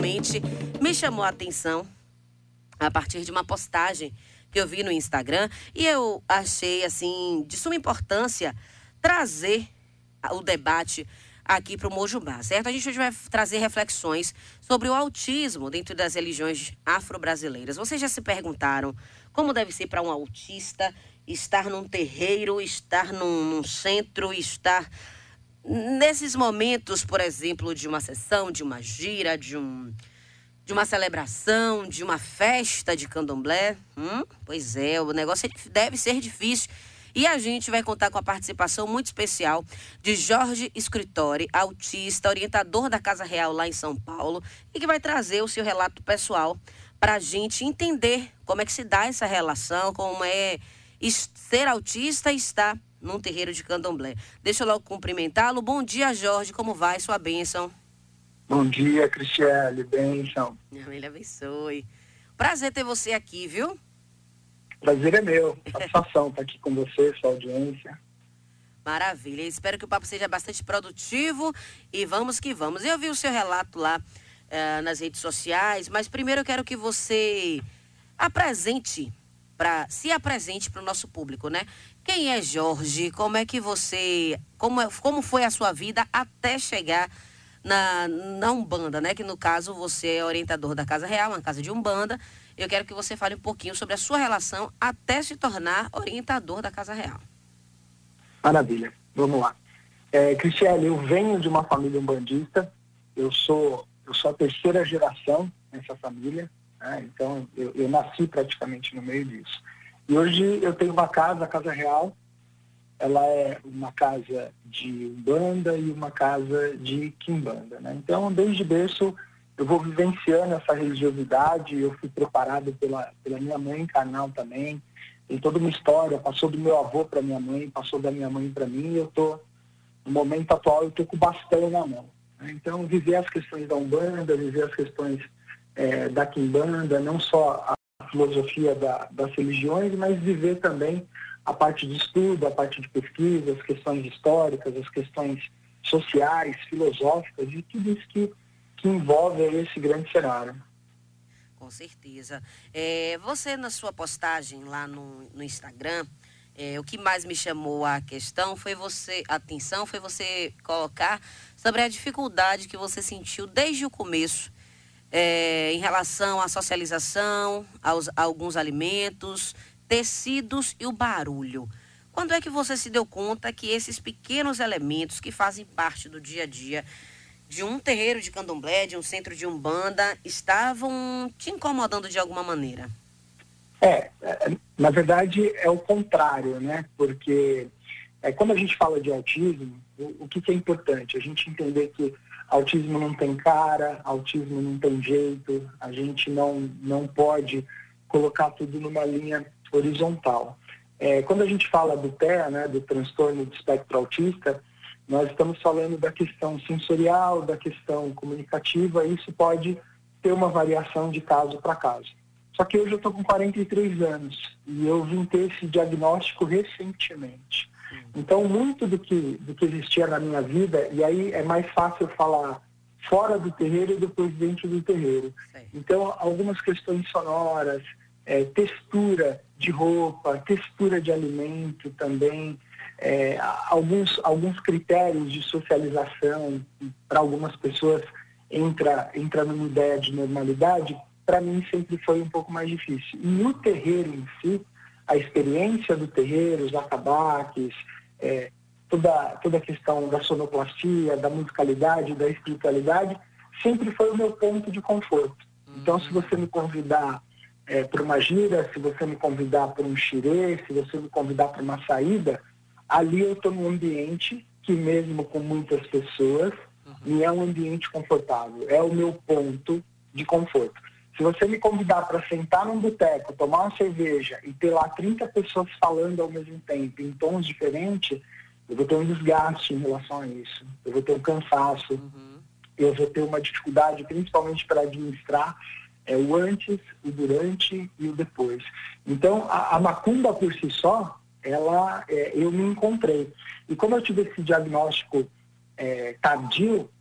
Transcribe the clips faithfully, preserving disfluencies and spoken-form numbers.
realmente me chamou a atenção a partir de uma postagem que eu vi no Instagram e eu achei, assim, de suma importância trazer o debate aqui para o Mojubá, certo? A gente hoje vai trazer reflexões sobre o autismo dentro das religiões afro-brasileiras. Vocês já se perguntaram como deve ser para um autista estar num terreiro, estar num, num centro, estar nesses momentos, por exemplo, de uma sessão, de uma gira, de, um, de uma celebração, de uma festa de candomblé? Hum? Pois é, o negócio deve ser difícil. E a gente vai contar com a participação muito especial de Jorge Scritori, autista, orientador da Casa Real lá em São Paulo, e que vai trazer o seu relato pessoal para a gente entender como é que se dá essa relação, como é ser autista e estar num terreiro de candomblé. Deixa eu logo cumprimentá-lo. Bom dia, Jorge. Como vai? Sua bênção. Bom dia, Cristiane. Bênção. Ele abençoe. Prazer ter você aqui, viu? Prazer é meu. Satisfação estar aqui com você, sua audiência. Maravilha. Espero que o papo seja bastante produtivo e vamos que vamos. Eu vi o seu relato lá uh, nas redes sociais, mas primeiro eu quero que você apresente, pra, se apresente para o nosso público, né? Quem é Jorge? Como é que você... Como, é, como foi a sua vida até chegar na, na Umbanda, né? Que no caso você é orientador da Casa Real, uma casa de Umbanda. Eu quero que você fale um pouquinho sobre a sua relação até se tornar orientador da Casa Real. Maravilha, vamos lá. É, Cristiane, eu venho de uma família umbandista, eu sou, eu sou a terceira geração nessa família, né? Então eu, eu nasci praticamente no meio disso. E hoje eu tenho uma casa, a Casa Real, ela é uma casa de Umbanda e uma casa de Quimbanda, né? Então, desde berço, eu vou vivenciando essa religiosidade, eu fui preparado pela, pela minha mãe carnal também, tem toda uma história, passou do meu avô para minha mãe, passou da minha mãe para mim, e eu tô, no momento atual, eu tô com o bastão na mão, né? Então, viver as questões da Umbanda, viver as questões é, da Quimbanda, não só a filosofia da, das religiões, mas viver também a parte de estudo, a parte de pesquisa, as questões históricas, as questões sociais, filosóficas, e tudo isso que que envolve esse grande cenário. Com certeza. É, você, na sua postagem lá no, no Instagram, é, o que mais me chamou a questão foi você, a atenção, foi você colocar sobre a dificuldade que você sentiu desde o começo é, em relação à socialização, aos, a alguns alimentos, tecidos e o barulho. Quando é que você se deu conta que esses pequenos elementos que fazem parte do dia a dia de um terreiro de candomblé, de um centro de umbanda, estavam te incomodando de alguma maneira? É, é na verdade é o contrário, né? Porque é, quando a gente fala de autismo, o, o que, que é importante? A gente entender que autismo não tem cara, autismo não tem jeito, a gente não, não pode colocar tudo numa linha horizontal. É, quando a gente fala do T E A, né, do transtorno do espectro autista, nós estamos falando da questão sensorial, da questão comunicativa, e isso pode ter uma variação de caso para caso. Só que hoje eu estou com quarenta e três anos e eu vim ter esse diagnóstico recentemente. Então, muito do que, do que existia na minha vida, e aí é mais fácil falar fora do terreiro e depois dentro do terreiro. Então, algumas questões sonoras, é, textura de roupa, textura de alimento também, É, alguns, alguns critérios de socialização para algumas pessoas entra, entra numa ideia de normalidade, para mim sempre foi um pouco mais difícil. E no terreiro em si, a experiência do terreiro, os atabaques, é, toda, toda a questão da sonoplastia, da musicalidade, da espiritualidade, sempre foi o meu ponto de conforto. Então, se você me convidar é, para uma gira, se você me convidar para um xirê, se você me convidar para uma saída, ali eu estou num ambiente que, mesmo com muitas pessoas, uhum, é um ambiente confortável. É o meu ponto de conforto. Se você me convidar para sentar num boteco, tomar uma cerveja e ter lá trinta pessoas falando ao mesmo tempo, em tons diferentes, eu vou ter um desgaste em relação a isso. Eu vou ter um cansaço. Uhum. Eu vou ter uma dificuldade, principalmente para administrar é, o antes, o durante e o depois. Então, a, a macumba por si só, ela, é, eu me encontrei. E como eu tive esse diagnóstico é, tardio,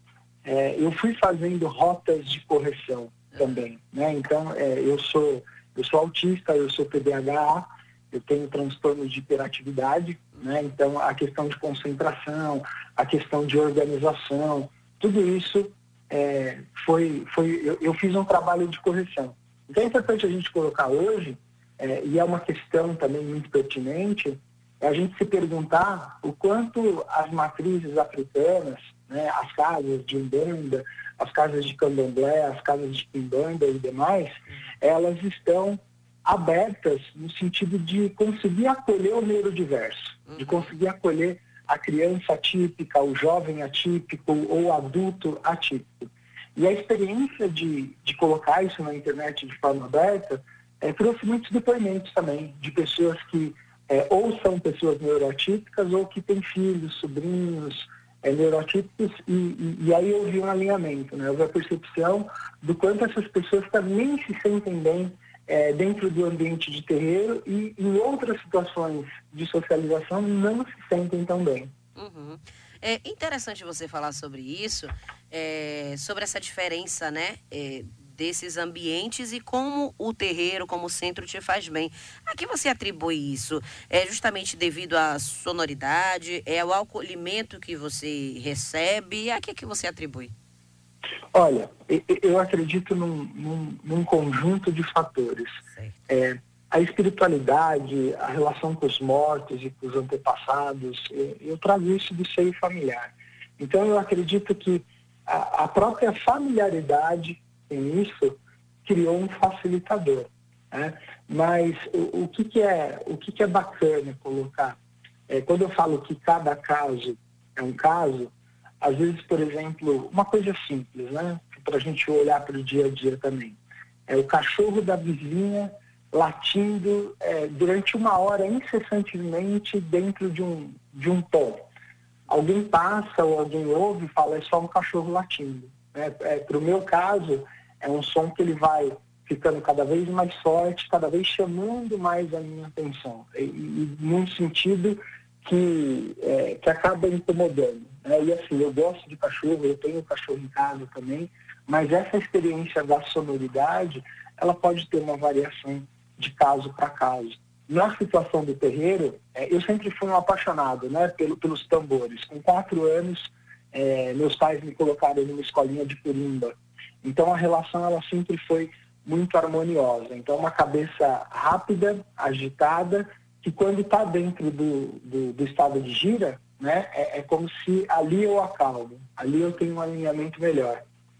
é, eu fui fazendo rotas de correção também, né? Então, é, eu sou eu sou autista, eu sou T D A H, eu tenho transtornos de hiperatividade, né? Então, a questão de concentração, a questão de organização, tudo isso é, foi, foi eu, eu fiz um trabalho de correção. Então, é importante a gente colocar hoje, é, e é uma questão também muito pertinente, é a gente se perguntar o quanto as matrizes africanas, né, as casas de Umbanda, as casas de Candomblé, as casas de Quimbanda e demais, elas estão abertas no sentido de conseguir acolher o neurodiverso, uhum. de conseguir acolher a criança atípica, o jovem atípico ou o adulto atípico. E a experiência de, de colocar isso na internet de forma aberta é, trouxe muitos depoimentos também de pessoas que é, ou são pessoas neuroatípicas ou que têm filhos, sobrinhos é, neuroatípicos e, e, e aí eu vi um alinhamento, né? Houve a percepção do quanto essas pessoas também se sentem bem É, dentro do ambiente de terreiro e em outras situações de socialização não se sentem tão bem. Uhum. É interessante você falar sobre isso, é, sobre essa diferença, né, é, desses ambientes e como o terreiro, como o centro te faz bem. A que você atribui isso? É justamente devido à sonoridade, é ao acolhimento que você recebe? A que é que você atribui? Olha, eu acredito num, num, num conjunto de fatores. É, a espiritualidade, a relação com os mortos e com os antepassados, eu trago isso do seio familiar. Então eu acredito que a, a própria familiaridade em isso criou um facilitador. Né? Mas o, o, que, que, é, o que, que é bacana colocar? É, quando eu falo que cada caso é um caso, às vezes, por exemplo, uma coisa simples, né? Para a gente olhar para o dia a dia também. É o cachorro da vizinha latindo é, durante uma hora incessantemente dentro de um, de um pó. Alguém passa ou alguém ouve e fala, é só um cachorro latindo. Né? É, para o meu caso, é um som que ele vai ficando cada vez mais forte, cada vez chamando mais a minha atenção. E, e num sentido que, é, que acaba incomodando. É, e assim, eu gosto de cachorro, eu tenho cachorro em casa também, mas essa experiência da sonoridade, ela pode ter uma variação de caso para caso. Na situação do terreiro, é, eu sempre fui um apaixonado, né, pelo, pelos tambores. Com quatro anos, é, meus pais me colocaram numa escolinha de curimba. Então a relação ela sempre foi muito harmoniosa. Então uma cabeça rápida, agitada, que quando está dentro do, do, do estado de gira, né, é, é como se ali eu acalmo, ali eu tenho um alinhamento melhor.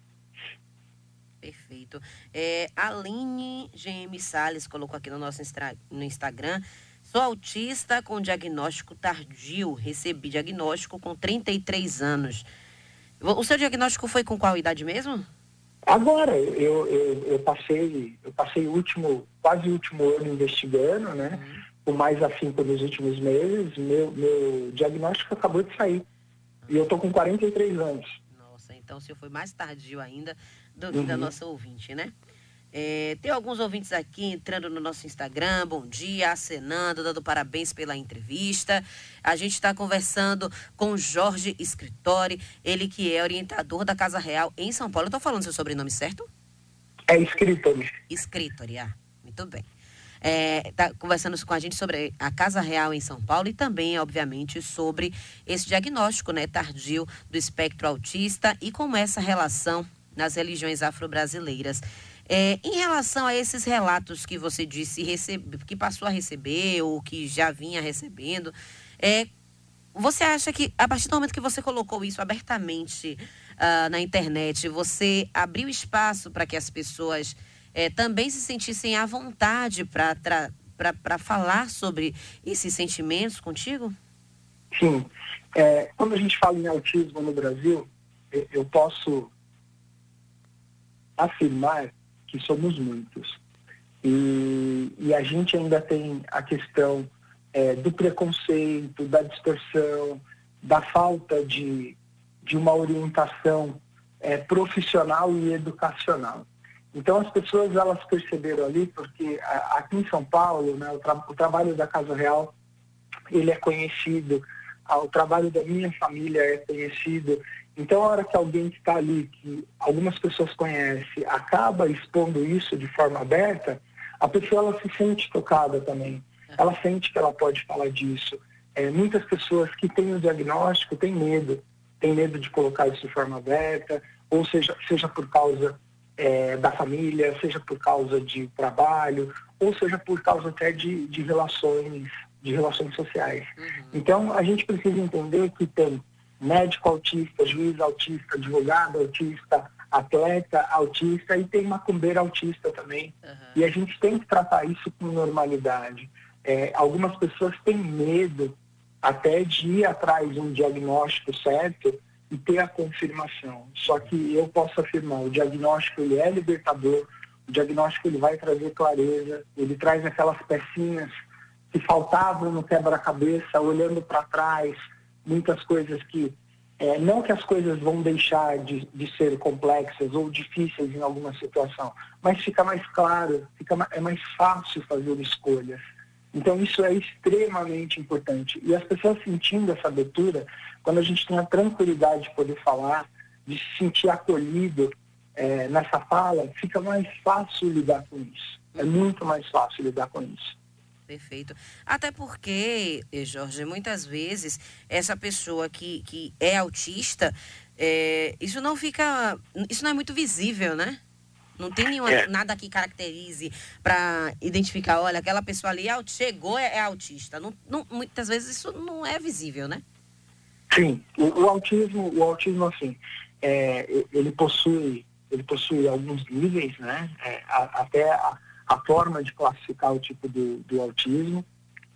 Perfeito. É, Aline G M Salles colocou aqui no nosso instra, no Instagram, sou autista com diagnóstico tardio, recebi diagnóstico com trinta e três anos. O seu diagnóstico foi com qual idade mesmo? Agora, eu, eu, eu passei, eu passei o último, quase o último ano investigando, né? Uhum. Com mais afinco nos últimos meses, meu, meu diagnóstico acabou de sair. Uhum. E eu tô com quarenta e três anos. Nossa, então o senhor foi mais tardio ainda do que uhum. da nossa ouvinte, né? É, tem alguns ouvintes aqui entrando no nosso Instagram, bom dia, acenando, dando parabéns pela entrevista. A gente está conversando com Jorge Escritori, ele que é orientador da Casa Real em São Paulo. Eu estou falando seu sobrenome certo? É Escritori. Escritori, ah, muito bem. Está é, conversando com a gente sobre a Casa Real em São Paulo e também, obviamente, sobre esse diagnóstico, né, tardio do espectro autista e como essa relação nas religiões afro-brasileiras. É, em relação a esses relatos que você disse recebe, que passou a receber ou que já vinha recebendo, é, você acha que, a partir do momento que você colocou isso abertamente uh, na internet, você abriu espaço para que as pessoas É, também se sentissem à vontade para falar sobre esses sentimentos contigo? Sim. É, quando a gente fala em autismo no Brasil, eu, eu posso afirmar que somos muitos. E, e a gente ainda tem a questão é, do preconceito, da distorção, da falta de, de uma orientação é, profissional e educacional. Então as pessoas elas perceberam ali, porque aqui em São Paulo, né, o, tra- o trabalho da Casa Real, ele é conhecido ah, o trabalho da minha família é conhecido. Então, a hora que alguém que está ali, que algumas pessoas conhecem, acaba expondo isso de forma aberta, a pessoa ela se sente tocada também. Ela sente que ela pode falar disso. É, muitas pessoas que têm o diagnóstico têm medo. Têm medo de colocar isso de forma aberta, ou seja, seja por causa é, da família, seja por causa de trabalho, ou seja por causa até de, de relações, de relações sociais. Uhum. Então, a gente precisa entender que tem médico autista, juiz autista, advogado autista, atleta autista e tem macumbeiro autista também. Uhum. E a gente tem que tratar isso com normalidade. É, algumas pessoas têm medo até de ir atrás de um diagnóstico certo e ter a confirmação. Só que eu posso afirmar, o diagnóstico ele é libertador, o diagnóstico ele vai trazer clareza, ele traz aquelas pecinhas que faltavam no quebra-cabeça, olhando para trás, muitas coisas que, é, não que as coisas vão deixar de, de ser complexas ou difíceis em alguma situação, mas fica mais claro, fica, é mais fácil fazer escolhas. Então isso é extremamente importante. E as pessoas sentindo essa abertura, quando a gente tem a tranquilidade de poder falar, de se sentir acolhido é, nessa fala, fica mais fácil lidar com isso. É muito mais fácil lidar com isso. Perfeito. Até porque, Jorge, muitas vezes essa pessoa que, que é autista, é, isso não fica, isso não é muito visível, né? Não tem nenhuma, é. nada que caracterize para identificar, olha, aquela pessoa ali chegou, é, é autista. Não, não, muitas vezes isso não é visível, né? Sim, o, o autismo, o autismo assim, é, ele possui, ele possui alguns níveis, né? É, a, até a, a forma de classificar o tipo do, do autismo.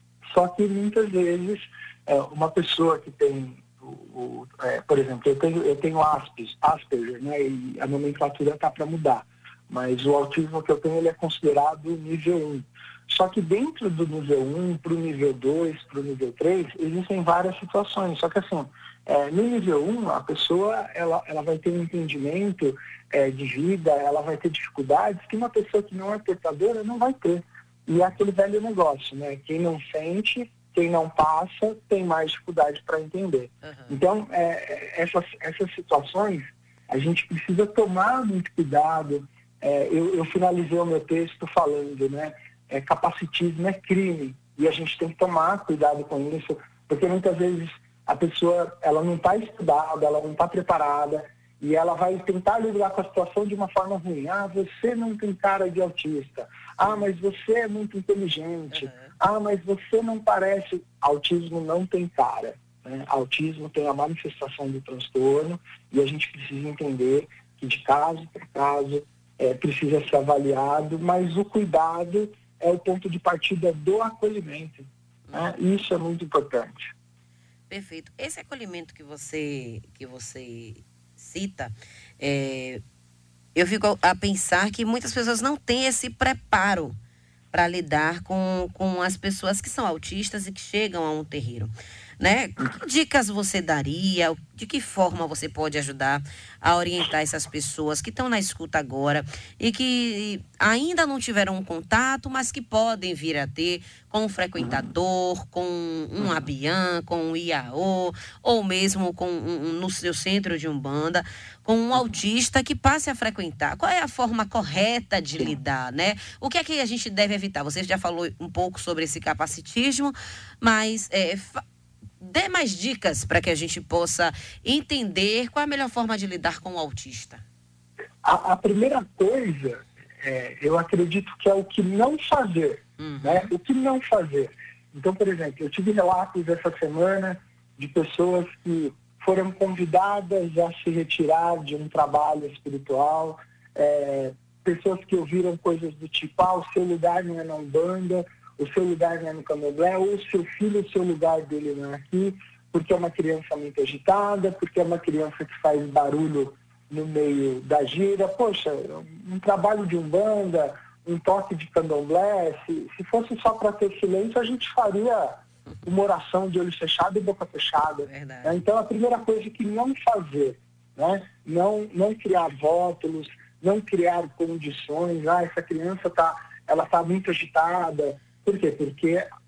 Só que muitas vezes é, uma pessoa que tem, o, o, é, por exemplo, eu tenho, eu tenho Asperger, Asperger, né? E a nomenclatura está para mudar. Mas o autismo que eu tenho, ele é considerado nível um. Só que dentro do nível um, para o nível dois, para o nível três, existem várias situações. Só que assim, é, no nível um, a pessoa ela, ela vai ter um entendimento é, de vida, ela vai ter dificuldades que uma pessoa que não é portadora não vai ter. E é aquele velho negócio, né? Quem não sente, quem não passa, tem mais dificuldade para entender. Uhum. Então, é, essas, essas situações, a gente precisa tomar muito cuidado. É, eu, eu finalizei o meu texto falando, né? É, capacitismo é crime e a gente tem que tomar cuidado com isso, porque muitas vezes a pessoa ela não está estudada, ela não está preparada e ela vai tentar lidar com a situação de uma forma ruim. Ah, você não tem cara de autista. Ah, mas você é muito inteligente. Uhum. Ah, mas você não parece. Autismo não tem cara, né? Autismo tem a manifestação do transtorno e a gente precisa entender que de caso para caso É, precisa ser avaliado, mas o cuidado é o ponto de partida do acolhimento. Né? Isso é muito importante. Perfeito. Esse acolhimento que você, que você cita, é, eu fico a pensar que muitas pessoas não têm esse preparo para lidar com, com as pessoas que são autistas e que chegam a um terreiro. Né? Que dicas você daria? De que forma você pode ajudar a orientar essas pessoas que estão na escuta agora e que ainda não tiveram um contato, mas que podem vir a ter com um frequentador, com um abiã, com um iaô, ou mesmo com um, no seu centro de umbanda, com um autista que passe a frequentar? Qual é a forma correta de lidar, né? O que é que a gente deve evitar? Você já falou um pouco sobre esse capacitismo, mas é, dê mais dicas para que a gente possa entender qual é a melhor forma de lidar com o autista. A, a primeira coisa, é, eu acredito que é o que não fazer, uhum. né? O que não fazer. Então, por exemplo, eu tive relatos essa semana de pessoas que foram convidadas a se retirar de um trabalho espiritual, é, pessoas que ouviram coisas do tipo, ah, o seu lugar não é na Umbanda, o seu lugar não é no Candomblé, ou o seu filho, o seu lugar dele não é aqui, porque é uma criança muito agitada, porque é uma criança que faz barulho no meio da gira. Poxa, um trabalho de Umbanda, um toque de Candomblé, se, se fosse só para ter silêncio, a gente faria uma oração de olho fechado e boca fechada. Né? Então, a primeira coisa que não fazer, né? não, não criar rótulos, não criar condições, ah, essa criança tá, ela está muito agitada. Por quê? Porque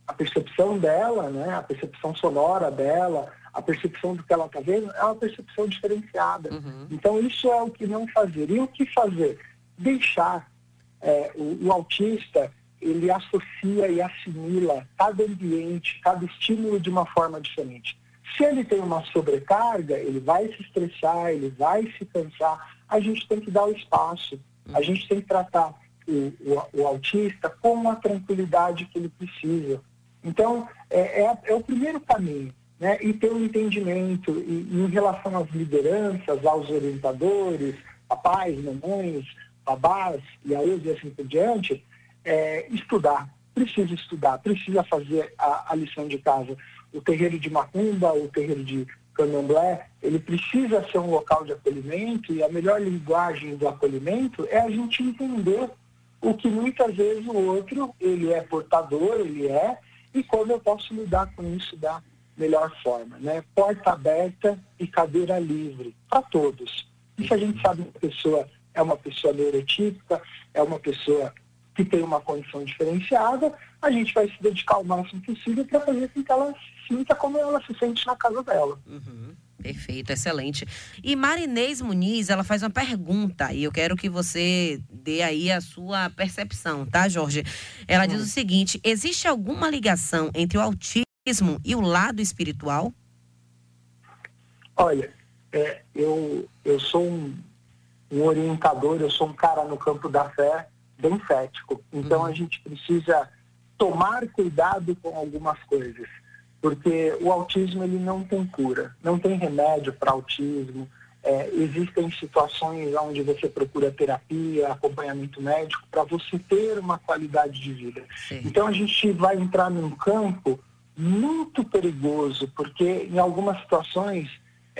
a percepção dela, né, a percepção sonora dela, a percepção do que ela está vendo, é uma percepção diferenciada. Uhum. Então, isso é o que não fazer. E o que fazer? Deixar é, o, o autista, ele associa e assimila cada ambiente, cada estímulo de uma forma diferente. Se ele tem uma sobrecarga, ele vai se estressar, ele vai se cansar. A gente tem que dar o espaço. A gente tem que tratar o, o, o autista com a tranquilidade que ele precisa. Então, é, é, é o primeiro caminho, né? E ter um entendimento e, e em relação às lideranças, aos orientadores, papais, mamães, babás e aí e assim por diante, é, estudar. Precisa estudar, precisa fazer a, a lição de casa. O terreiro de macumba, o terreiro de candomblé, ele precisa ser um local de acolhimento, e a melhor linguagem do acolhimento é a gente entender o que muitas vezes o outro, ele é portador, ele é, e como eu posso lidar com isso da melhor forma, né? Porta aberta e cadeira livre para todos. E se a gente sabe que a pessoa é uma pessoa neurotípica, é uma pessoa que tem uma condição diferenciada, a gente vai se dedicar o máximo possível para fazer com que ela se sinta como ela se sente na casa dela. Uhum. Perfeito, excelente. E Marinês Muniz, ela faz uma pergunta, e eu quero que você dê aí a sua percepção, tá, Jorge? Ela hum. diz o seguinte: existe alguma ligação entre o autismo e o lado espiritual? Olha, é, eu, eu sou um, um orientador, eu sou um cara no campo da fé bem cético. Então, hum. a gente precisa tomar cuidado com algumas coisas. Porque o autismo, ele não tem cura, não tem remédio para autismo. É, existem situações onde você procura terapia, acompanhamento médico, para você ter uma qualidade de vida. Sim. Então, a gente vai entrar num campo muito perigoso, porque em algumas situações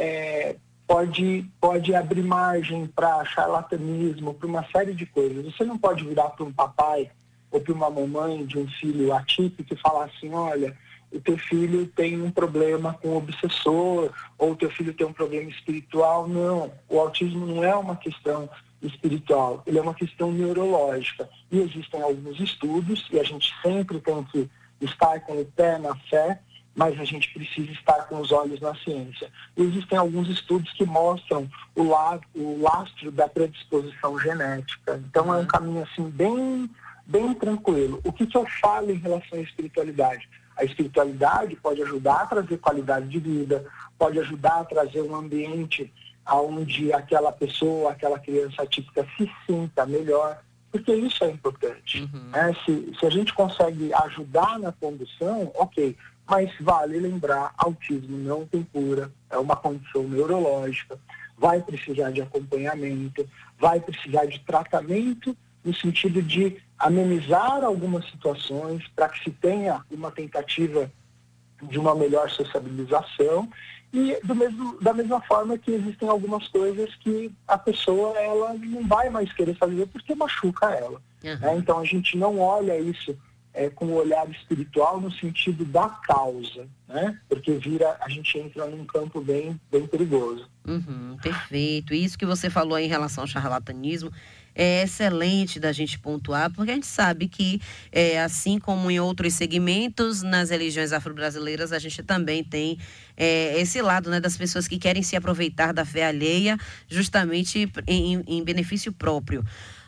é, pode, pode abrir margem para charlatanismo, para uma série de coisas. Você não pode virar para um papai ou para uma mamãe de um filho atípico e falar assim: olha, o teu filho tem um problema com o obsessor, ou o teu filho tem um problema espiritual. Não, o autismo não é uma questão espiritual, ele é uma questão neurológica. E existem alguns estudos, e a gente sempre tem que estar com o pé na fé, mas a gente precisa estar com os olhos na ciência. E existem alguns estudos que mostram o, la, o lastro da predisposição genética. Então, é um caminho assim bem, bem tranquilo. O que, que eu falo em relação à espiritualidade? A espiritualidade pode ajudar a trazer qualidade de vida, pode ajudar a trazer um ambiente onde aquela pessoa, aquela criança atípica se sinta melhor, porque isso é importante. Uhum. Né? Se, se a gente consegue ajudar na condução, ok, mas vale lembrar, autismo não tem cura, é uma condição neurológica, vai precisar de acompanhamento, vai precisar de tratamento no sentido de amenizar algumas situações para que se tenha uma tentativa de uma melhor sociabilização, e do mesmo, da mesma forma que existem algumas coisas que a pessoa ela não vai mais querer fazer porque machuca ela. Uhum. Né? Então a gente não olha isso é, com o olhar espiritual no sentido da causa, né? Porque vira, a gente entra num campo bem, bem perigoso. Uhum, perfeito. Isso que você falou em relação ao charlatanismo é excelente da gente pontuar, porque a gente sabe que, é, assim como em outros segmentos, nas religiões afro-brasileiras, a gente também tem é, esse lado, né, das pessoas que querem se aproveitar da fé alheia justamente em, em benefício próprio.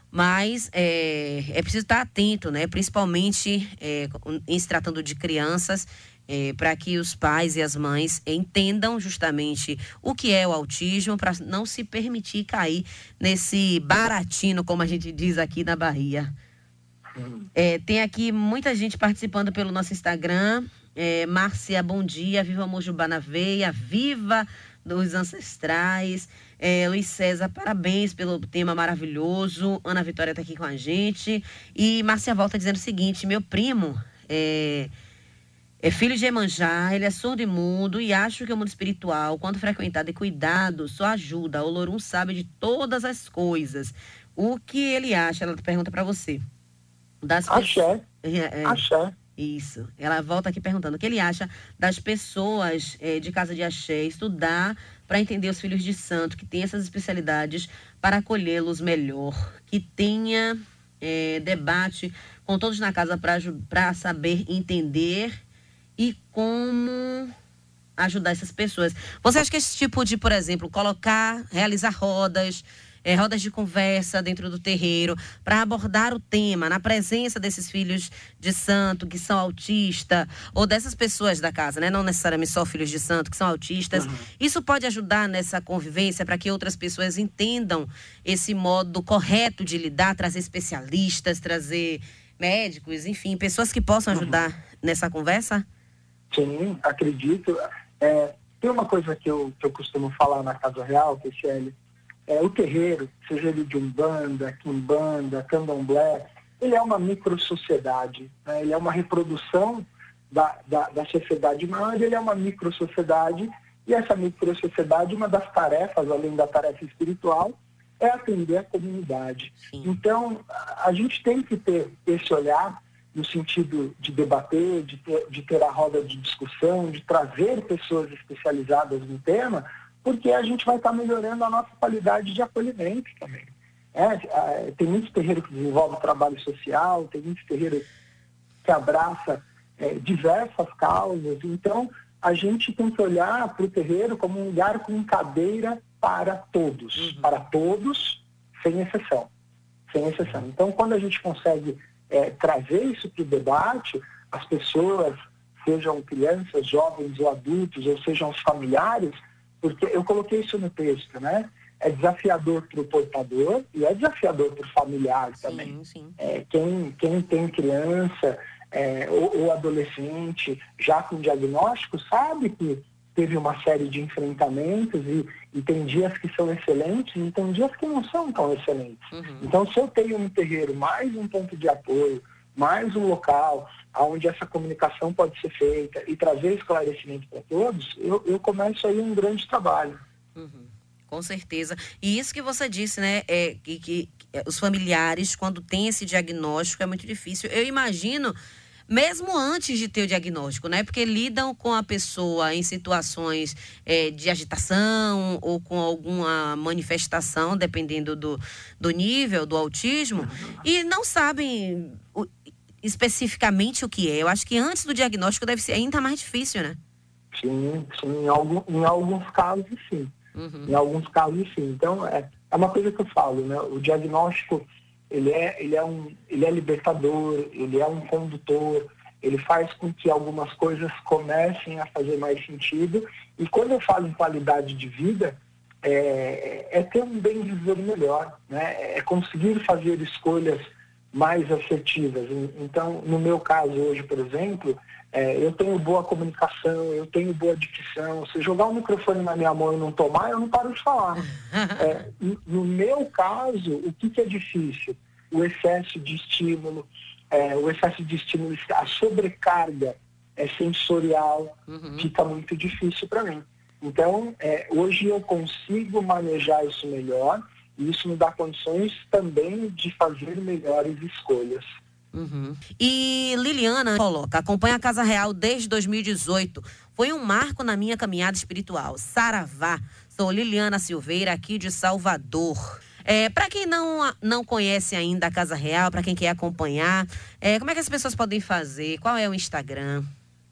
Mas é, é preciso estar atento, né? Principalmente é, em se tratando de crianças, é, para que os pais e as mães entendam justamente o que é o autismo, para não se permitir cair nesse baratino, como a gente diz aqui na Bahia. É, tem aqui muita gente participando pelo nosso Instagram. É, Márcia, bom dia. Viva Mojubá na veia. Viva dos ancestrais. É, Luiz César, parabéns pelo tema maravilhoso. Ana Vitória está aqui com a gente. E Márcia volta dizendo o seguinte: meu primo é, é filho de Iemanjá, ele é surdo e mudo e acho que o mundo espiritual, quando frequentado e cuidado, só ajuda. O Lorum sabe de todas as coisas. O que ele acha? Ela pergunta para você. Das Axé. É, é, Axé. Isso. Ela volta aqui perguntando o que ele acha das pessoas é, de casa de axé estudar para entender os filhos de santo, que tem essas especialidades para acolhê-los melhor, que tenha é, debate com todos na casa para saber entender e como ajudar essas pessoas. Você acha que esse tipo de, por exemplo, colocar, realizar rodas, é, rodas de conversa dentro do terreiro, para abordar o tema na presença desses filhos de santo que são autistas, ou dessas pessoas da casa, né? Não necessariamente só filhos de santo que são autistas, uhum. Isso pode ajudar nessa convivência para que outras pessoas entendam esse modo correto de lidar, trazer especialistas, trazer médicos, enfim, pessoas que possam ajudar uhum. nessa conversa? Sim, acredito. É, tem uma coisa que eu, que eu costumo falar na Casa Real, Cristiane, é, o terreiro, seja ele de Umbanda, Quimbanda, Candomblé, ele é uma micro-sociedade, né? Ele é uma reprodução da, da, da sociedade maior, ele é uma micro-sociedade, e essa micro-sociedade, uma das tarefas, além da tarefa espiritual, é atender a comunidade. Sim. Então, a, a gente tem que ter esse olhar no sentido de debater, de ter, de ter a roda de discussão, de trazer pessoas especializadas no tema, porque a gente vai estar melhorando a nossa qualidade de acolhimento também. É, tem muitos terreiros que desenvolvem trabalho social, tem muitos terreiros que abraçam é, diversas causas. Então, a gente tem que olhar para o terreiro como um lugar com cadeira para todos, uhum. para todos, sem exceção. Sem exceção. Então, quando a gente consegue é, trazer isso para o debate, as pessoas, sejam crianças, jovens ou adultos, ou sejam os familiares, porque eu coloquei isso no texto, né? É desafiador para o portador e é desafiador para o familiar sim, também. Sim. É, quem, quem tem criança é, ou, ou adolescente já com diagnóstico sabe que teve uma série de enfrentamentos e, e tem dias que são excelentes e tem dias que não são tão excelentes. Uhum. Então, se eu tenho um terreiro, mais um ponto de apoio, mais um local onde essa comunicação pode ser feita e trazer esclarecimento para todos, eu, eu começo aí um grande trabalho. Uhum, com certeza. E isso que você disse, né, é que, que os familiares, quando têm esse diagnóstico, é muito difícil. Eu imagino, mesmo antes de ter o diagnóstico, né, porque lidam com a pessoa em situações é, de agitação ou com alguma manifestação, dependendo do, do nível do autismo, uhum. e não sabem o, especificamente o que é. Eu acho que antes do diagnóstico deve ser ainda mais difícil, né? Sim, sim, em, algum, em alguns casos sim. Uhum. Em alguns casos sim. Então, é, é uma coisa que eu falo, né? O diagnóstico, ele é, ele, é um, ele é libertador, ele é um condutor, ele faz com que algumas coisas comecem a fazer mais sentido. E quando eu falo em qualidade de vida, é, é ter um bem viver melhor, né? É conseguir fazer escolhas mais assertivas. Então, no meu caso hoje, por exemplo, é, eu tenho boa comunicação, eu tenho boa dicção. Se jogar o microfone na minha mão e não tomar, eu não paro de falar. É, no meu caso, o que, que é difícil? O excesso de estímulo, é, o excesso de estímulo, a sobrecarga é, sensorial, uhum. fica muito difícil para mim. Então, é, hoje eu consigo manejar isso melhor, e isso me dá condições também de fazer melhores escolhas. Uhum. E Liliana coloca, acompanha a Casa Real desde dois mil e dezoito. Foi um marco na minha caminhada espiritual. Saravá. Sou Liliana Silveira, aqui de Salvador. É, para quem não, não conhece ainda a Casa Real, para quem quer acompanhar, é, como é que as pessoas podem fazer? Qual é o Instagram?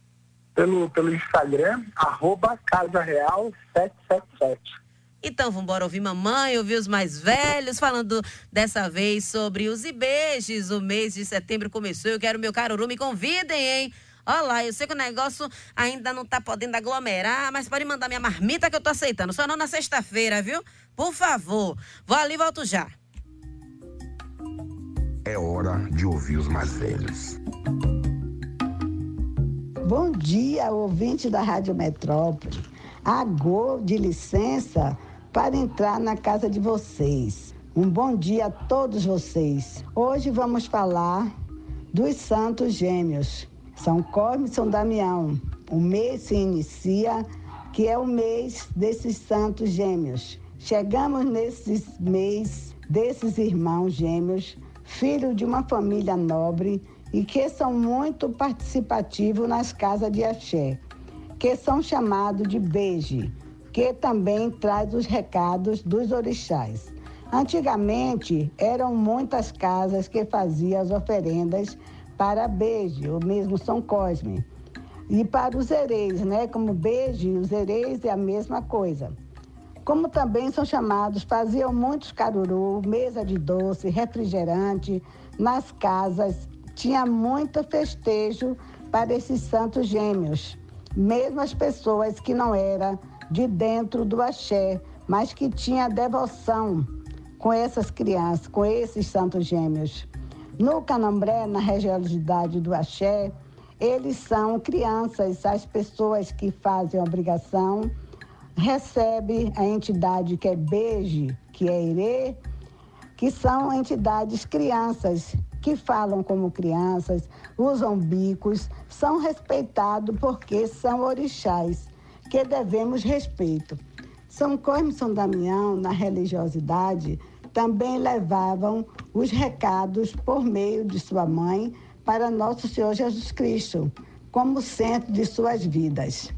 Pelo, pelo Instagram, arroba Casa Real sete sete sete. Então, vamos embora ouvir mamãe, ouvir os mais velhos, falando dessa vez sobre os Ibejes. O mês de setembro começou, eu quero meu caruru, me convidem, hein? Olha lá, eu sei que o negócio ainda não tá podendo aglomerar, mas pode mandar minha marmita que eu tô aceitando. Só não na sexta-feira, viu? Por favor. Vou ali e volto já. É hora de ouvir os mais velhos. Bom dia, ouvinte da Rádio Metrópole. Agora, de licença, para entrar na casa de vocês. Um bom dia a todos vocês. Hoje vamos falar dos santos gêmeos, São Cosme e São Damião. O mês se inicia, que é o mês desses santos gêmeos. Chegamos nesse mês desses irmãos gêmeos, filhos de uma família nobre e que são muito participativos nas casas de axé, que são chamados de Beje, que também traz os recados dos orixás. Antigamente, eram muitas casas que faziam as oferendas para Beje, ou mesmo São Cosme. E para os hereis, né? Como Beje e os hereis é a mesma coisa. Como também são chamados, faziam muitos caruru, mesa de doce, refrigerante, nas casas. Tinha muito festejo para esses santos gêmeos. Mesmo as pessoas que não eram de dentro do axé, mas que tinham devoção com essas crianças, com esses santos gêmeos. No candomblé, na religiosidade do axé, eles são crianças, as pessoas que fazem a obrigação, recebem a entidade que é Beje, que é Irê, que são entidades crianças, que falam como crianças, usam bicos, são respeitados porque são orixás, que devemos respeito. São Cosme e São Damião, na religiosidade, também levavam os recados por meio de sua mãe para Nosso Senhor Jesus Cristo, como centro de suas vidas.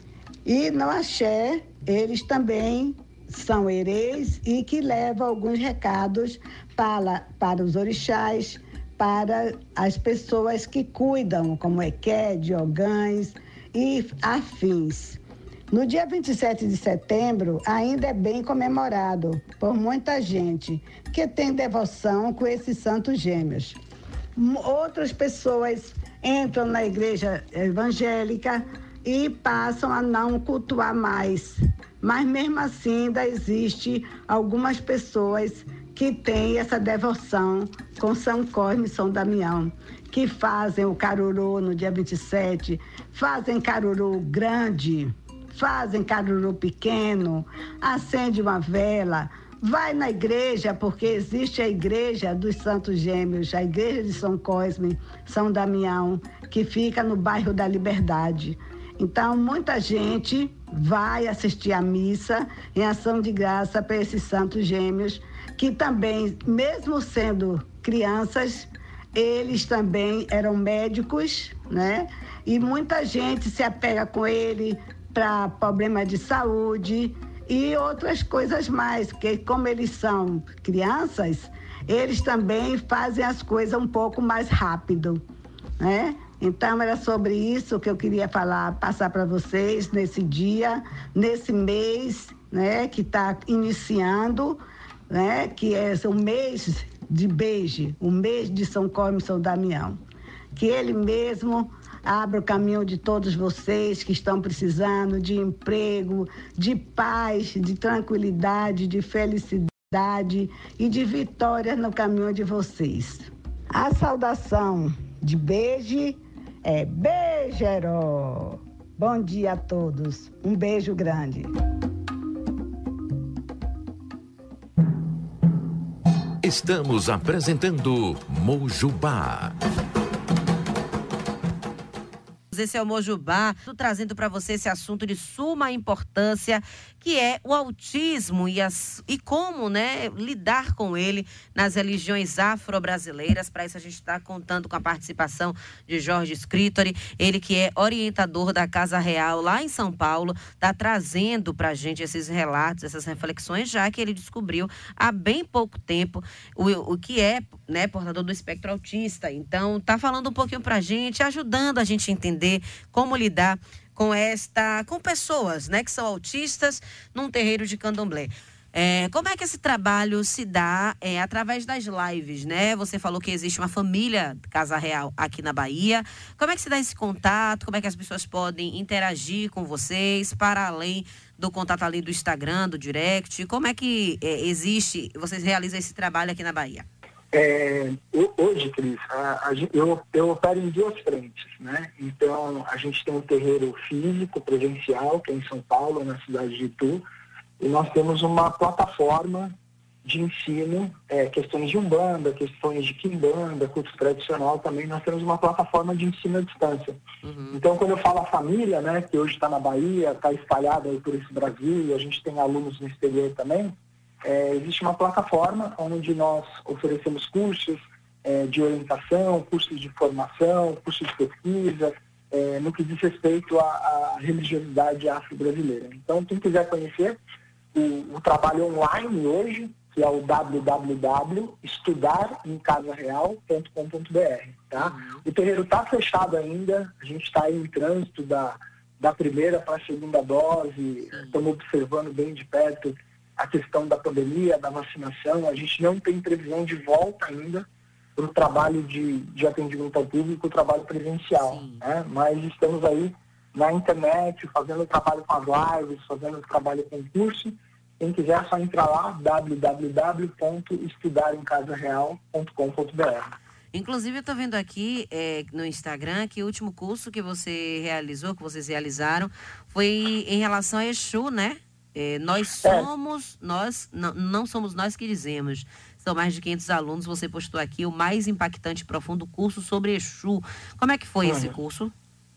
E no axé, eles também são hereis e que levam alguns recados para, para os orixás, para as pessoas que cuidam, como Equé, Diogães e afins. No dia vinte e sete de setembro, ainda é bem comemorado por muita gente que tem devoção com esses santos gêmeos. Outras pessoas entram na igreja evangélica e passam a não cultuar mais. Mas mesmo assim ainda existe algumas pessoas que têm essa devoção com São Cosme e São Damião, que fazem o caruru no dia vinte e sete, fazem caruru grande, fazem caruru pequeno, acende uma vela, vai na igreja, porque existe a igreja dos Santos Gêmeos, a igreja de São Cosme, São Damião, que fica no bairro da Liberdade. Então, muita gente vai assistir à missa em ação de graça para esses Santos Gêmeos, que também, mesmo sendo crianças, eles também eram médicos, né? E muita gente se apega com ele para problema de saúde e outras coisas mais, porque como eles são crianças, eles também fazem as coisas um pouco mais rápido, né? Então era sobre isso que eu queria falar, passar para vocês nesse dia, nesse mês, né, que está iniciando, né, que é o mês de Beje, o mês de São Cosme e São Damião. Que ele mesmo abra o caminho de todos vocês que estão precisando de emprego, de paz, de tranquilidade, de felicidade e de vitória no caminho de vocês. A saudação de Beje é Bejeró. Bom dia a todos. Um beijo grande. Estamos apresentando Mojubá. Esse é o Mojubá, trazendo para você esse assunto de suma importância, que é o autismo e, as, e como, né, lidar com ele nas religiões afro-brasileiras. Para isso a gente está contando com a participação de Jorge Scritori, ele que é orientador da Casa Real lá em São Paulo, está trazendo para a gente esses relatos, essas reflexões, já que ele descobriu há bem pouco tempo o, o que é, né, portador do espectro autista. Então, está falando um pouquinho para a gente, ajudando a gente a entender como lidar com esta, com pessoas, né, que são autistas num terreiro de candomblé. É, como é que esse trabalho se dá é, através das lives, né? Você falou que existe uma família Casa Real aqui na Bahia. Como é que se dá esse contato? Como é que as pessoas podem interagir com vocês, para além do contato ali do Instagram, do direct? Como é que é, existe, vocês realizam esse trabalho aqui na Bahia? É, hoje, Cris, a, a, eu, eu opero em duas frentes, né? Então, a gente tem um terreiro físico, presencial, que é em São Paulo, na cidade de Itu, e nós temos uma plataforma de ensino, é, questões de Umbanda, questões de Quimbanda, culto tradicional também, nós temos uma plataforma de ensino à distância. Uhum. Então, quando eu falo a família, né, que hoje está na Bahia, está espalhada aí por esse Brasil, e a gente tem alunos no exterior também, É, existe uma plataforma onde nós oferecemos cursos é, de orientação, cursos de formação, cursos de pesquisa, é, no que diz respeito à, à religiosidade afro-brasileira. Então, quem quiser conhecer o, o trabalho online hoje, que é o w w w ponto estudar em casa real ponto com ponto b r, tá? Uhum. O terreiro está fechado ainda, a gente está aí em trânsito da, da primeira para a segunda dose, estamos observando bem de perto a questão da pandemia, da vacinação, a gente não tem previsão de volta ainda para o trabalho de, de atendimento ao público, o trabalho presencial, né? Mas estamos aí na internet, fazendo trabalho com as lives, fazendo trabalho com curso. Quem quiser é só entrar lá, w w w ponto estudar em casa real ponto com ponto b r. Inclusive, eu estou vendo aqui é, no Instagram que o último curso que você realizou, que vocês realizaram, foi em relação a Exu, né? É, nós somos, é. nós, não, não somos nós que dizemos. São mais de quinhentos alunos, você postou aqui o mais impactante e profundo curso sobre Exu. Como é que foi uhum. esse curso?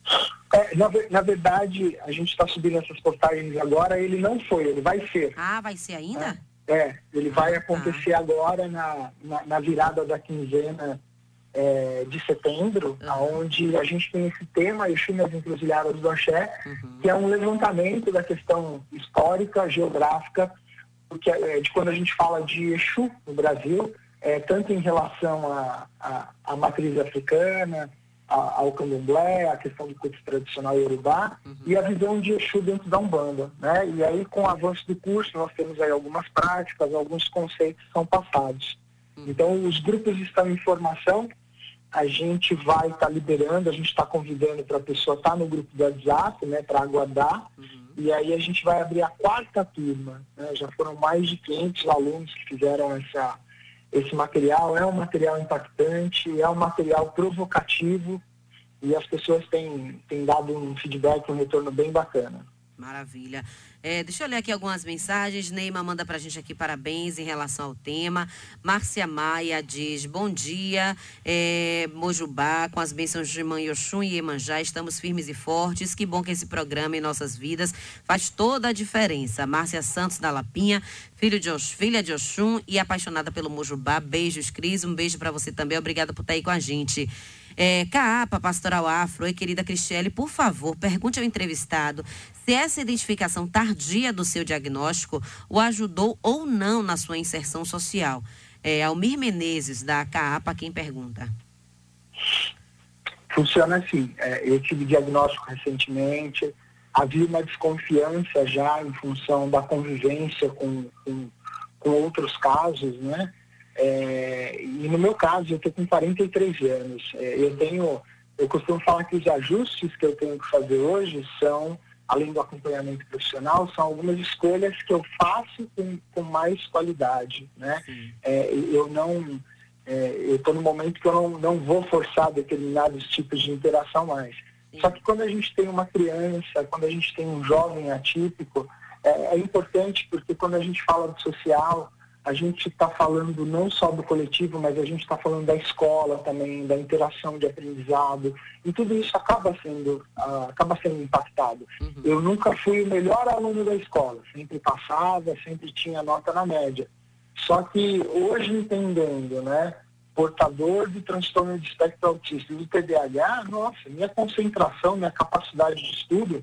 É, na, na verdade, a gente está subindo essas postagens agora, ele não foi, ele vai ser. Ah, vai ser ainda? É, é ele ah, vai acontecer tá. agora na, na, na virada da quinzena é, de setembro, uhum. onde a gente tem esse tema, Exu nas Encruzilhadas do Axé, uhum. que é um levantamento da questão histórica, geográfica, porque, é, de quando a gente fala de Exu no Brasil, é, tanto em relação à a, a, a matriz africana, a, ao candomblé, a questão do culto tradicional iorubá, uhum. e a visão de Exu dentro da Umbanda, né? E aí, com o avanço do curso, nós temos aí algumas práticas, alguns conceitos que são passados. Uhum. Então, os grupos estão em formação, a gente vai estar tá liberando, a gente está convidando para a pessoa estar tá no grupo do WhatsApp, né, para aguardar, uhum. e aí a gente vai abrir a quarta turma, né? Já foram mais de quinhentos alunos que fizeram essa, esse material, é um material impactante, é um material provocativo, e as pessoas têm, têm dado um feedback, um retorno bem bacana. Maravilha. É, deixa eu ler aqui algumas mensagens. Neima manda pra gente aqui parabéns em relação ao tema. Márcia Maia diz, bom dia, é, Mojubá, com as bênçãos de Mãe Oxum e Iemanjá, estamos firmes e fortes. Que bom que esse programa em nossas vidas faz toda a diferença. Márcia Santos da Lapinha, filho de Oxum, filha de Oxum e apaixonada pelo Mojubá. Beijos, Cris, um beijo pra você também. Obrigada por estar aí com a gente. É, Caapa, Pastoral Afro, e querida Cristiele, por favor, pergunte ao entrevistado se essa identificação tardia do seu diagnóstico o ajudou ou não na sua inserção social. É, Almir Menezes, da Caapa, quem pergunta. Funciona assim, é, eu tive diagnóstico recentemente, havia uma desconfiança já em função da convivência com, com, com outros casos, né? É, e no meu caso, eu estou com quarenta e três anos. É, eu tenho, eu costumo falar que os ajustes que eu tenho que fazer hoje são, além do acompanhamento profissional, são algumas escolhas que eu faço com, com mais qualidade, né? É, eu não, é, eu estou no momento que eu não, não vou forçar determinados tipos de interação mais. Sim. Só que quando a gente tem uma criança, quando a gente tem um jovem atípico, é, é importante porque quando a gente fala do social, a gente está falando não só do coletivo, mas a gente está falando da escola também, da interação de aprendizado, e tudo isso acaba sendo, uh, acaba sendo impactado. Uhum. Eu nunca fui o melhor aluno da escola, sempre passava, sempre tinha nota na média. Só que hoje, entendendo, né, portador de transtorno de espectro autista e do T D A H, nossa, minha concentração, minha capacidade de estudo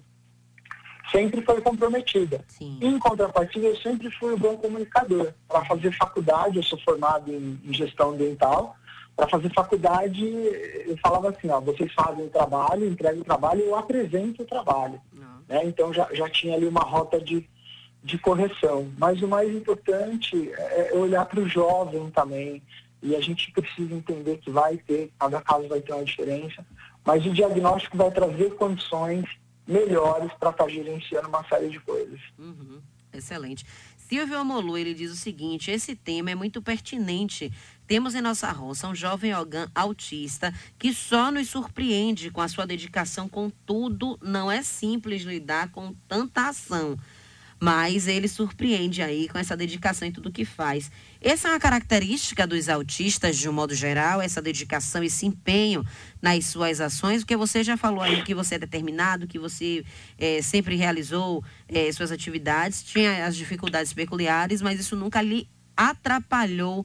sempre foi comprometida. Sim. Em contrapartida, eu sempre fui um bom comunicador. Para fazer faculdade, eu sou formado em, em gestão ambiental, para fazer faculdade, eu falava assim, ó, vocês fazem o trabalho, entregam o trabalho, eu apresento o trabalho. Né? Então, já, já tinha ali uma rota de, de correção. Mas o mais importante é olhar para o jovem também, e a gente precisa entender que vai ter, cada caso vai ter uma diferença, mas o diagnóstico vai trazer condições melhores para estar gerenciando uma série de coisas. Uhum, excelente. Silvio Amolu, ele diz o seguinte, esse tema é muito pertinente. Temos em nossa roça um jovem autista que só nos surpreende com a sua dedicação, contudo, não é simples lidar com tanta ação. Mas ele surpreende aí com essa dedicação em tudo que faz. Essa é uma característica dos autistas, de um modo geral, essa dedicação, esse empenho nas suas ações, porque você já falou aí que você é determinado, que você é, sempre realizou é, suas atividades, tinha as dificuldades peculiares, mas isso nunca lhe atrapalhou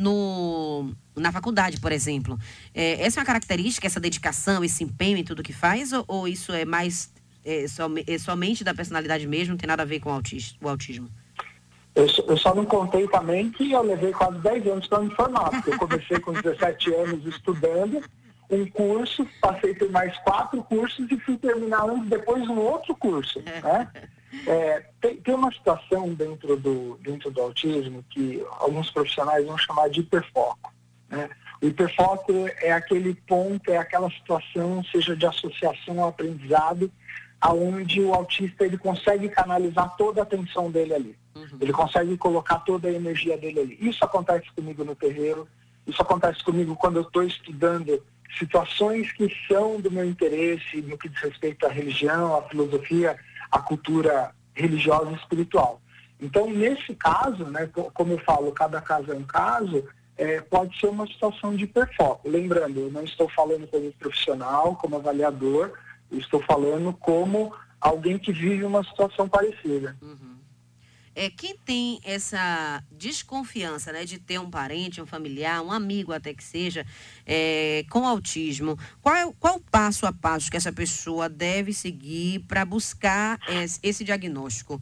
no, na faculdade, por exemplo. É, essa é uma característica, essa dedicação, esse empenho em tudo que faz, ou, ou isso é mais... É, som, é somente da personalidade mesmo, não tem nada a ver com o autismo? O autismo? Eu, eu só não contei também que eu levei quase dez anos para me formar, porque eu comecei com dezessete anos estudando um curso, passei por mais quatro cursos e fui terminar um, depois um outro curso, né? É, tem, tem uma situação dentro do, dentro do autismo que alguns profissionais vão chamar de hiperfoco, né? O hiperfoco é aquele ponto, é aquela situação, seja de associação ao aprendizado, aonde o autista ele consegue canalizar toda a atenção dele ali. Uhum. Ele consegue colocar toda a energia dele ali. Isso acontece comigo no terreiro, isso acontece comigo quando eu estou estudando situações que são do meu interesse no que diz respeito à religião, à filosofia, à cultura religiosa e espiritual. Então, nesse caso, né, como eu falo, cada caso é um caso, é, pode ser uma situação de hiperfoco. Lembrando, eu não estou falando como profissional, como avaliador, eu estou falando como alguém que vive uma situação parecida. Uhum. É, quem tem essa desconfiança, né, de ter um parente, um familiar, um amigo até que seja, é, com autismo, qual é, qual o passo a passo que essa pessoa deve seguir para buscar esse, esse diagnóstico?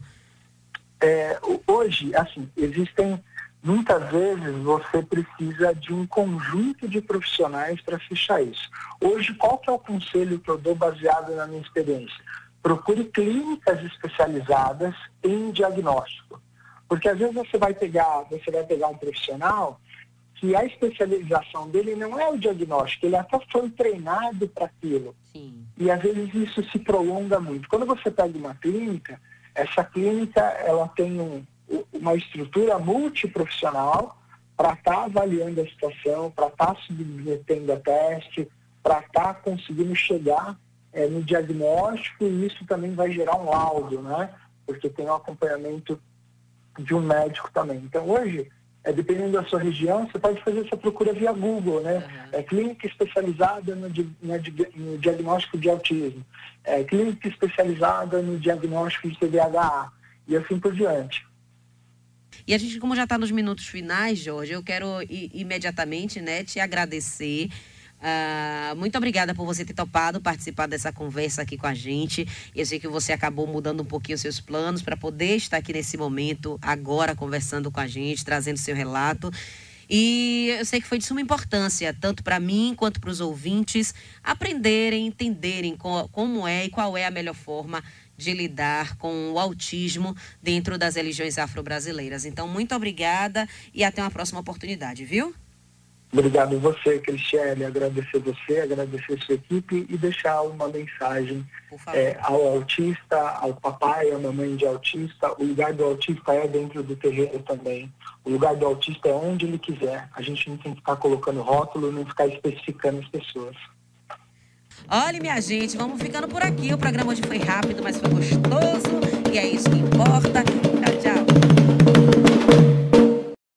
É, hoje, assim, existem, muitas vezes você precisa de um conjunto de profissionais para fechar isso. Hoje, qual que é o conselho que eu dou baseado na minha experiência? Procure clínicas especializadas em diagnóstico. Porque às vezes você vai pegar, você vai pegar um profissional que a especialização dele não é o diagnóstico, ele até foi treinado para aquilo. Sim. E às vezes isso se prolonga muito. Quando você pega uma clínica, essa clínica ela tem um, uma estrutura multiprofissional para estar tá avaliando a situação, para estar tá submetendo a teste, para estar tá conseguindo chegar É, no diagnóstico, e isso também vai gerar um laudo, né? Porque tem um acompanhamento de um médico também. Então, hoje, é, dependendo da sua região, você pode fazer essa procura via Google, né? Uhum. É, clínica especializada no, di, no, no diagnóstico de autismo, é, clínica especializada no diagnóstico de T D A H A, e assim por diante. E a gente, como já está nos minutos finais, Jorge, eu quero i- imediatamente, né, te agradecer. Uh, muito obrigada por você ter topado participar dessa conversa aqui com a gente. Eu sei que você acabou mudando um pouquinho os seus planos para poder estar aqui nesse momento, agora conversando com a gente, trazendo seu relato. E eu sei que foi de suma importância, tanto para mim quanto para os ouvintes, aprenderem, entenderem co- como é e qual é a melhor forma de lidar com o autismo dentro das religiões afro-brasileiras. Então, muito obrigada e até uma próxima oportunidade, viu? Obrigado a você, Cristiane, agradecer você, agradecer a sua equipe e deixar uma mensagem é, ao autista, ao papai, à mamãe de autista. O lugar do autista é dentro do terreiro também. O lugar do autista é onde ele quiser. A gente não tem que ficar colocando rótulo, não ficar especificando as pessoas. Olha, minha gente, vamos ficando por aqui. O programa hoje foi rápido, mas foi gostoso e é isso que importa.